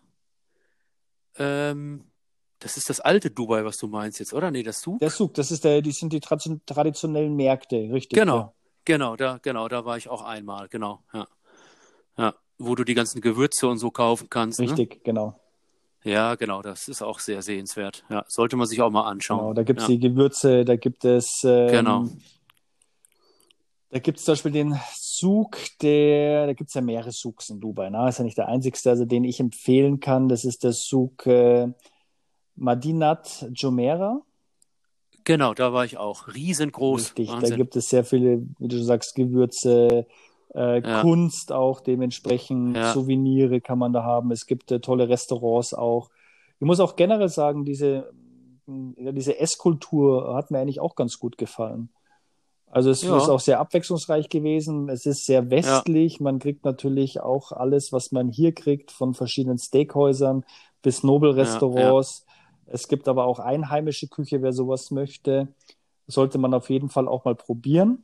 Das ist das alte Dubai, was du meinst jetzt, oder? Nee, das Zug? Der Zug, das ist die sind die traditionellen Märkte, richtig, ja. Genau, da war ich auch einmal, genau, ja. Ja, wo du die ganzen Gewürze und so kaufen kannst, ne? Richtig, genau. Ja, genau, das ist auch sehr sehenswert. Ja, sollte man sich auch mal anschauen. Genau, da gibt es Ja, die Gewürze, genau. da gibt es zum Beispiel den Souk, da gibt es ja mehrere Souks in Dubai, ne? Ist ja nicht der einzigste, also den ich empfehlen kann, das ist der Souk Madinat Jumeirah. Genau, da war ich auch. Riesengroß, Richtig, da Wahnsinn. gibt es sehr viele, wie du sagst, Gewürze, Ja, Kunst auch dementsprechend, ja, Souvenire kann man da haben. Es gibt tolle Restaurants auch. Ich muss auch generell sagen, diese Esskultur hat mir eigentlich auch ganz gut gefallen. Also es ist ja, auch sehr abwechslungsreich gewesen. Es ist sehr ja, westlich. Man kriegt natürlich auch alles, was man hier kriegt, von verschiedenen Steakhäusern bis ja. Nobelrestaurants. Es gibt aber auch einheimische Küche, wer sowas möchte. Sollte man auf jeden Fall auch mal probieren.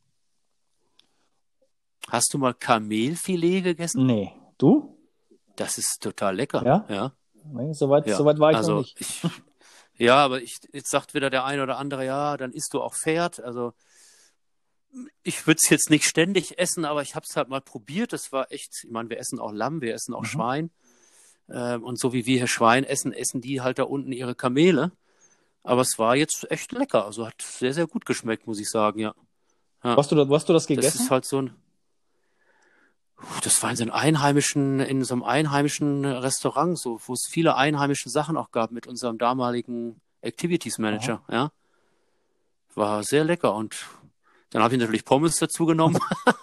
Hast du mal Kamelfilet gegessen? Nee. Du? Das ist total lecker. Ja? Ja, Nee, ja. soweit war ich noch Also nicht. ja, aber jetzt sagt wieder der eine oder andere, ja, dann isst du auch Pferd. Also ich würde es jetzt nicht ständig essen, aber ich habe es halt mal probiert. Das war echt, ich meine, wir essen auch Lamm, wir essen auch Mhm. Schwein. Und so wie wir hier Schwein essen, essen die halt da unten ihre Kamele. Aber es war jetzt echt lecker. Also hat sehr, sehr gut geschmeckt, muss ich sagen, ja. Ja, Wo hast du das das ist gegessen? halt so ein, das war in so einem einheimischen Restaurant, so, wo es viele einheimische Sachen auch gab mit unserem damaligen Activities Aha. Manager, ja. War sehr lecker und dann habe ich natürlich Pommes dazu genommen,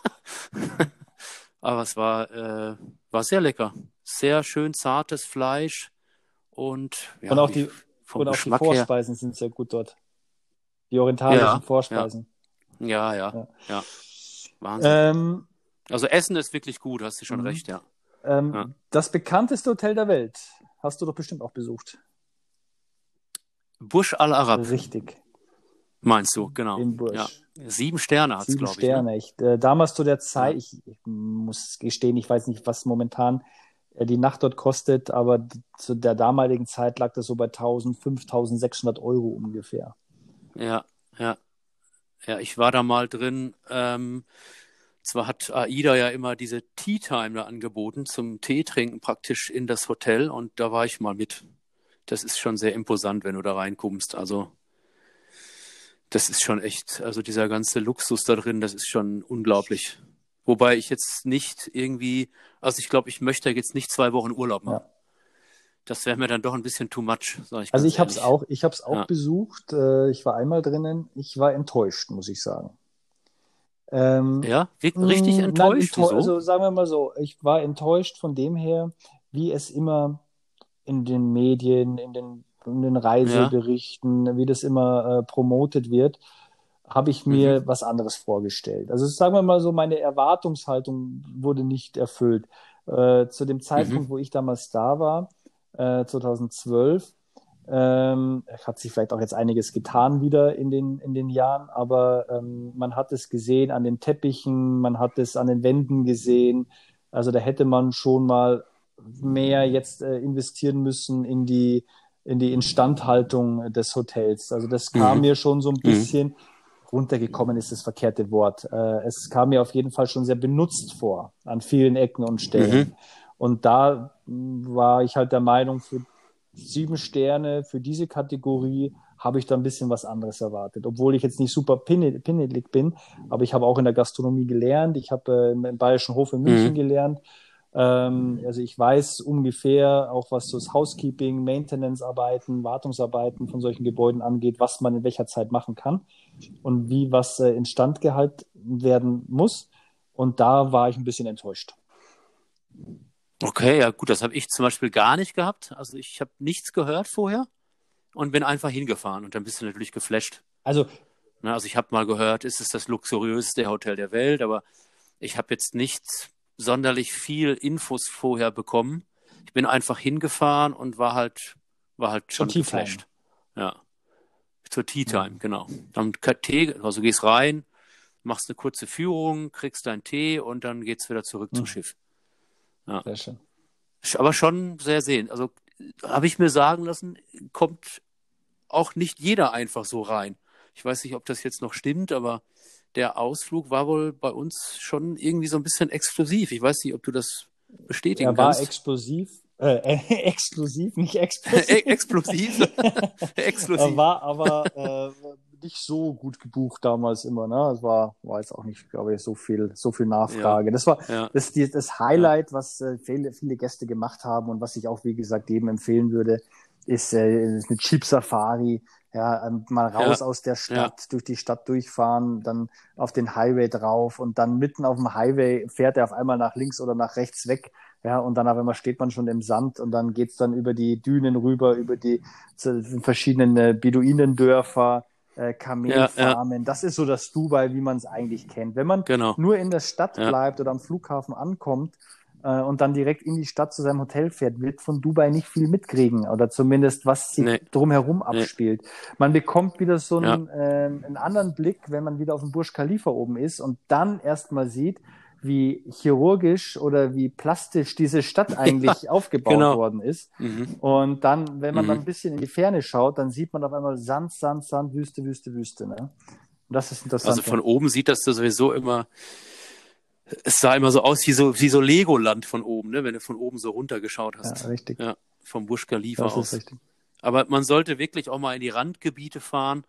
aber es war sehr lecker. Sehr schön zartes Fleisch und Und ja, auch wie die, vom und auch die Geschmack her. Vorspeisen sind sehr gut dort. Die orientalischen Ja, ja, Vorspeisen. ja, Ja. ja. Wahnsinn. Ähm, Also Essen ist wirklich gut, hast du schon mhm. recht, ja. Ja. Das bekannteste Hotel der Welt hast du doch bestimmt auch besucht. Burj Al Arab, Richtig, meinst du, genau. in Ja. Burj. 7 Sterne hat's, 7 glaube ich, ne? Sterne. Damals zu der Zeit, Ja. ich muss gestehen, ich weiß nicht, was momentan die Nacht dort kostet, aber zu der damaligen Zeit lag das so bei 1.500, 1.600 € ungefähr. Ja, ja, ja, ich war da mal drin. Zwar hat AIDA ja immer diese Tea Time da angeboten, zum Tee trinken praktisch in das Hotel und da war ich mal mit. Das ist schon sehr imposant, wenn du da reinkommst. Also, das ist schon echt, also dieser ganze Luxus da drin, das ist schon unglaublich. Wobei ich jetzt nicht irgendwie, also ich glaube, ich möchte jetzt nicht 2 Wochen Urlaub machen. Ja. Das wäre mir dann doch ein bisschen too much, sage ich Also ganz ehrlich. ich habe es auch Ja, besucht. Ich war einmal drinnen. Ich war enttäuscht, muss ich sagen. Ähm, ja, richtig Nein, enttäuscht. Wieso? also sagen wir mal so, ich war enttäuscht von dem her, wie es immer in den Medien, in den Ja, Reiseberichten, wie das immer promotet wird, habe ich mhm, mir was anderes vorgestellt. Also sagen wir mal so, meine Erwartungshaltung wurde nicht erfüllt. Zu dem mhm, Zeitpunkt, wo ich damals da war, 2012, hat sich vielleicht auch jetzt einiges getan wieder in den Jahren, aber man hat es gesehen an den Teppichen, man hat es an den Wänden gesehen. Also da hätte man schon mal mehr jetzt investieren müssen in die Instandhaltung des Hotels. Also das kam mhm, mir schon so ein mhm, bisschen, runtergekommen ist das verkehrte Wort. Es kam mir auf jeden Fall schon sehr benutzt vor an vielen Ecken und Stellen. mhm, Und da war ich halt der Meinung, für 7 Sterne, für diese Kategorie habe ich da ein bisschen was anderes erwartet. Obwohl ich jetzt nicht super pinnelig bin, aber ich habe auch in der Gastronomie gelernt. Ich habe im Bayerischen Hof in München mhm, gelernt. Also ich weiß ungefähr auch, was so das Housekeeping, Maintenance-Arbeiten, Wartungsarbeiten von solchen Gebäuden angeht, was man in welcher Zeit machen kann und wie was instand gehalten werden muss. Und da war ich ein bisschen enttäuscht. Okay, ja gut, das habe ich zum Beispiel gar nicht gehabt. Also ich habe nichts gehört vorher und bin einfach hingefahren und dann bist du natürlich geflasht. Also Ne, also ich habe mal gehört, ist es das luxuriöseste Hotel der Welt, aber ich habe jetzt nicht sonderlich viel Infos vorher bekommen. Ich bin einfach hingefahren und war halt zur schon Tea Time. geflasht. Ja, zur Tea Time, Mhm. genau. Dann Tee, also gehst rein, machst eine kurze Führung, kriegst deinen Tee und dann geht's wieder zurück zum Mhm. Schiff. Ja, Sehr schön. aber schon sehr sehend. Also habe ich mir sagen lassen, kommt auch nicht jeder einfach so rein. Ich weiß nicht, ob das jetzt noch stimmt, aber der Ausflug war wohl bei uns schon irgendwie so ein bisschen exklusiv. Ich weiß nicht, ob du das bestätigen Er war kannst. explosiv, exklusiv, nicht explosiv. Explosiv, Er exklusiv. war aber nicht so gut gebucht damals immer, ne? Es war jetzt auch nicht, glaube ich, so viel Ja, Nachfrage. Das war ja, das ja, Highlight, was viele Gäste gemacht haben und was ich auch, wie gesagt, jedem empfehlen würde, ist eine Jeep Safari. Ja, mal ja, raus aus der ja, Stadt, durch die Stadt durchfahren, dann auf den Highway drauf und dann mitten auf dem Highway fährt er auf einmal nach links oder nach rechts weg. Ja, und dann auf einmal steht man schon im Sand und dann geht's dann über die Dünen rüber, über die verschiedenen Beduinendörfer, ja, ja, Kamelfarmen. Das ist so das Dubai, wie man es eigentlich kennt. Wenn man genau. nur in der Stadt Ja, bleibt oder am Flughafen ankommt und dann direkt in die Stadt zu seinem Hotel fährt, wird von Dubai nicht viel mitkriegen oder zumindest was sich nee, drumherum nee, abspielt. Man bekommt wieder so ja, einen anderen Blick, wenn man wieder auf dem Burj Khalifa oben ist und dann erst mal sieht, wie chirurgisch oder wie plastisch diese Stadt ja, eigentlich aufgebaut genau. worden ist. Mhm, Und dann, wenn man dann mhm. ein bisschen in die Ferne schaut, dann sieht man auf einmal Sand, Sand, Sand, Wüste, Wüste, Wüste. Ne? Und das ist Also interessant, ja. von oben sieht das sowieso immer, es sah immer so aus wie so Legoland von oben, ne, wenn du von oben so runtergeschaut Ja, hast. richtig. Ja, vom Burj Khalifa Das ist aus. richtig. Aber man sollte wirklich auch mal in die Randgebiete fahren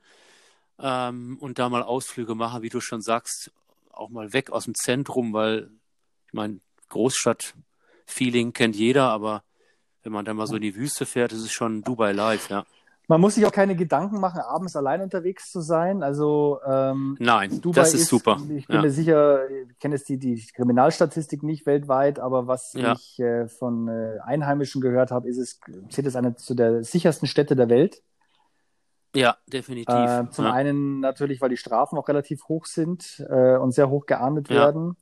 und da mal Ausflüge machen, wie du schon sagst, auch mal weg aus dem Zentrum, weil ich meine, Großstadt-Feeling kennt jeder, aber wenn man dann mal so in die Wüste fährt, ist es schon Dubai live, ja. Man muss sich auch keine Gedanken machen, abends allein unterwegs zu sein. Also Nein, Dubai das ist ist, super. ich bin Ja, mir sicher, ich kenne jetzt die Kriminalstatistik nicht weltweit, aber was ja, ich von Einheimischen gehört habe, zählt es eine zu der sichersten Städte der Welt. ja, definitiv. Zum Ja, einen natürlich, weil die Strafen auch relativ hoch sind und sehr hoch geahndet ja, werden.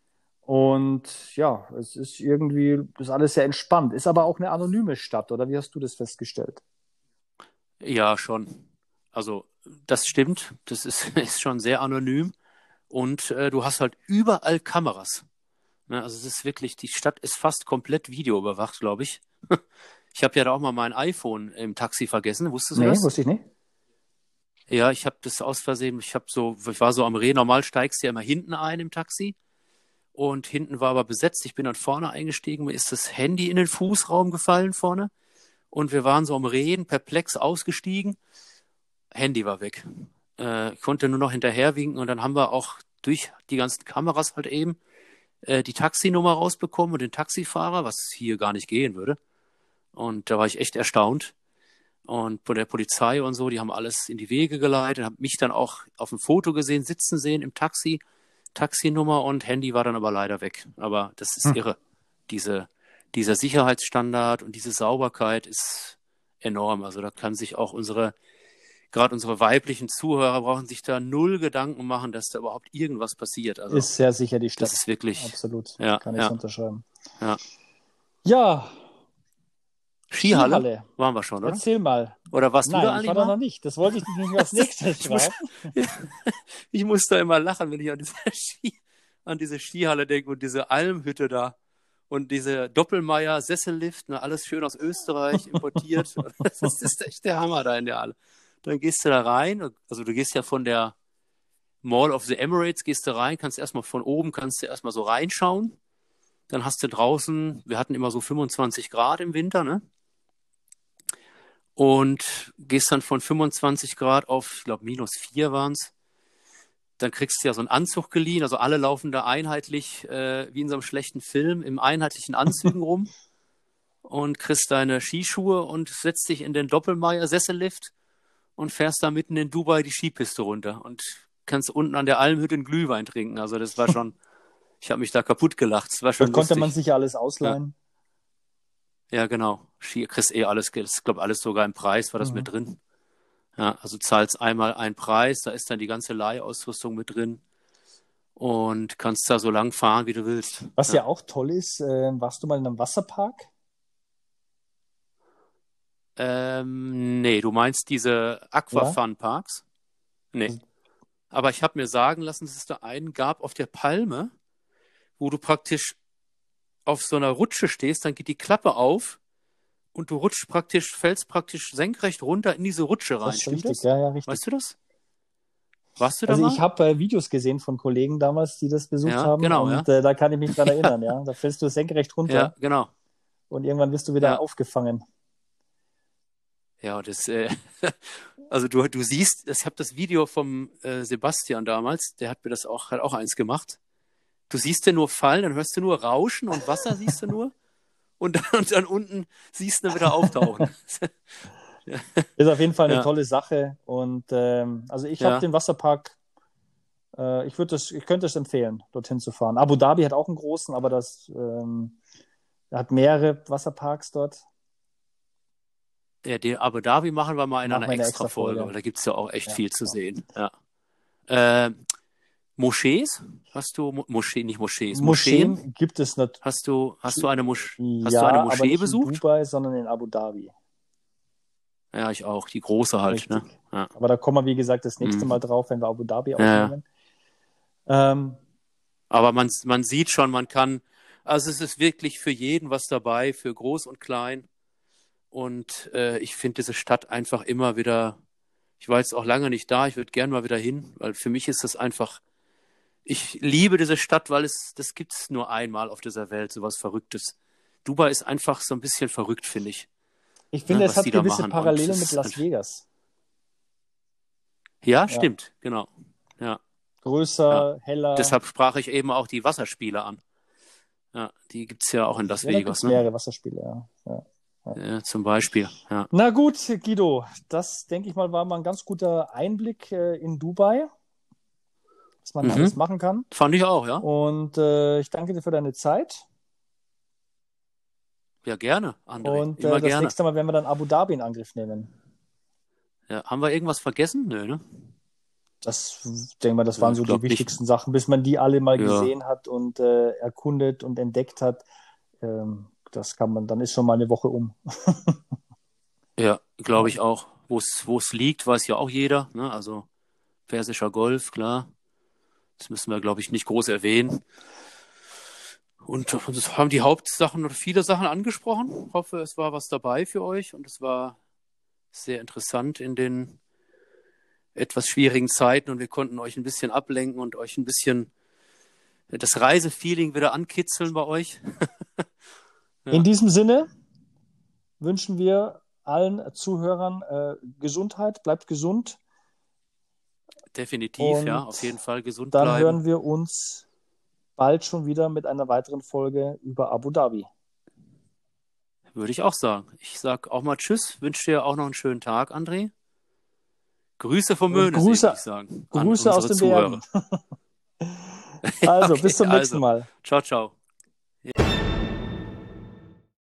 Und ja, es ist irgendwie, das ist alles sehr entspannt. Ist aber auch eine anonyme Stadt, oder wie hast du das festgestellt? ja, schon. Also, das stimmt. Das ist, ist schon sehr anonym. Und du hast halt überall Kameras. Ne? Also es ist wirklich, die Stadt ist fast komplett videoüberwacht, glaube ich. Ich habe ja da auch mal mein iPhone im Taxi vergessen. Wusstest du Nee, das? wusste ich nicht. Ja, ich habe das aus Versehen, ich war so am Reh, normal steigst du ja immer hinten ein im Taxi und hinten war aber besetzt. Ich bin dann vorne eingestiegen, mir ist das Handy in den Fußraum gefallen vorne und wir waren so am Reden, perplex ausgestiegen. Handy war weg. Ich konnte nur noch hinterherwinken und dann haben wir auch durch die ganzen Kameras halt eben die Taxinummer rausbekommen und den Taxifahrer, was hier gar nicht gehen würde. Und da war ich echt erstaunt. Und bei der Polizei und so, die haben alles in die Wege geleitet, haben mich dann auch auf dem Foto gesehen, sitzen sehen im Taxi, Taxinummer und Handy war dann aber leider weg. Aber das ist Hm. irre. Dieser Sicherheitsstandard und diese Sauberkeit ist enorm. Also da kann sich auch gerade unsere weiblichen Zuhörer brauchen sich da null Gedanken machen, dass da überhaupt irgendwas passiert. Also Ist sehr sicher die das Stadt. ist wirklich, Absolut. ja, Kann ich so ja, unterschreiben. ja. Ja, Skihalle Skihalle. waren wir schon, oder? Erzähl mal. Oder warst du da Nein, ich war eigentlich da mal? noch nicht. Das wollte ich nämlich als nächstes Ich muss, fragen. ich muss da immer lachen, wenn ich an diese Skihalle denke und diese Almhütte da und diese Doppelmayr Sessellift, ne, alles schön aus Österreich importiert. Das ist echt der Hammer da in der Halle. Dann gehst du da rein, also du gehst ja von der Mall of the Emirates, gehst du rein, kannst du erstmal so reinschauen. Dann hast du draußen, wir hatten immer so 25 Grad im Winter, ne? Und gehst dann von 25 Grad auf, ich glaube, -4 waren es, dann kriegst du ja so einen Anzug geliehen, also alle laufen da einheitlich, wie in so einem schlechten Film, im einheitlichen Anzügen rum und kriegst deine Skischuhe und setzt dich in den Doppelmayr-Sessellift und fährst da mitten in Dubai die Skipiste runter und kannst unten an der Almhütte einen Glühwein trinken. Also das war schon, ich habe mich da kaputt gelacht. Das war schon Dort konnte lustig. man sich alles ausleihen. Ja, genau. Ski kriegst alles, ich glaube alles sogar im Preis war das mit drin. Ja, also zahlst einmal einen Preis, da ist dann die ganze Leihausrüstung mit drin und kannst da so lang fahren, wie du willst. Was ja auch toll ist, warst du mal in einem Wasserpark? Nee, du meinst diese Aquafun-Parks? Nee. Aber ich habe mir sagen lassen, dass es da einen gab auf der Palme, wo du praktisch auf so einer Rutsche stehst, dann geht die Klappe auf und du fällst praktisch senkrecht runter in diese Rutsche rein. Das ist Stimmt richtig, das? ja, richtig. Weißt du das? Warst du da Also mal? ich habe Videos gesehen von Kollegen damals, die das besucht haben. Genau, und da kann ich mich dran erinnern. Ja, da fällst du senkrecht runter. Ja, genau. Und irgendwann wirst du wieder aufgefangen. Ja, also du siehst, ich habe das Video vom Sebastian damals, der hat mir das hat auch eins gemacht. Du siehst den nur fallen, dann hörst du nur Rauschen und Wasser siehst du nur und dann unten siehst du wieder auftauchen. Ist auf jeden Fall eine tolle Sache und also ich habe den Wasserpark, ich könnte es empfehlen, dorthin zu fahren. Abu Dhabi hat auch einen großen, aber das hat mehrere Wasserparks dort. Ja, den Abu Dhabi machen wir mal in einer extra Folge, weil da gibt es ja auch echt viel zu sehen. Ja. Moschees? Hast du nicht Moschees? Moscheen gibt es natürlich. Hast du eine Moschee aber nicht besucht? in Dubai, sondern in Abu Dhabi. Ja, ich auch. Die große halt. Ne? Ja. Aber da kommen wir, wie gesagt, das nächste Mal drauf, wenn wir Abu Dhabi aufnehmen. Aber man sieht schon, also es ist wirklich für jeden was dabei, für groß und klein. Und ich finde diese Stadt einfach immer wieder, ich war jetzt auch lange nicht da, ich würde gerne mal wieder hin, weil für mich ist das einfach, ich liebe diese Stadt, weil das gibt es nur einmal auf dieser Welt, sowas Verrücktes. Dubai ist einfach so ein bisschen verrückt, finde ich. Ich finde, es hat gewisse Parallelen mit Las Vegas. Ja, stimmt, genau. Ja. Größer, heller. Deshalb sprach ich eben auch die Wasserspiele an. Ja, die gibt es ja auch in Las Vegas. Ne? Mehrere Wasserspiele, ja. Ja, zum Beispiel, ja. Na gut, Guido, das, denke ich mal, war mal ein ganz guter Einblick in Dubai, was man alles machen kann. Fand ich auch, ja. Und ich danke dir für deine Zeit. Ja, gerne, André. Und das nächste Mal werden wir dann Abu Dhabi in Angriff nehmen. Ja, haben wir irgendwas vergessen? Nö, ne? Denke mal, das waren so die wichtigsten Sachen, bis man die alle mal gesehen hat und erkundet und entdeckt hat. Dann ist schon mal eine Woche um. Ja, glaube ich auch. Wo es liegt, weiß ja auch jeder. Ne? Also Persischer Golf, klar. Das müssen wir, glaube ich, nicht groß erwähnen. Und das haben die Hauptsachen oder viele Sachen angesprochen. Ich hoffe, es war was dabei für euch und es war sehr interessant in den etwas schwierigen Zeiten und wir konnten euch ein bisschen ablenken und euch ein bisschen das Reisefeeling wieder ankitzeln bei euch. Ja. In diesem Sinne wünschen wir allen Zuhörern Gesundheit, bleibt gesund. Definitiv, und auf jeden Fall gesund dann bleiben. Dann hören wir uns bald schon wieder mit einer weiteren Folge über Abu Dhabi. Würde ich auch sagen. Ich sage auch mal Tschüss, wünsche dir auch noch einen schönen Tag, André. Grüße vom Möhnesee, würde ich sagen. Grüße aus den Bergen. Also, bis zum nächsten Mal. Ciao, ciao.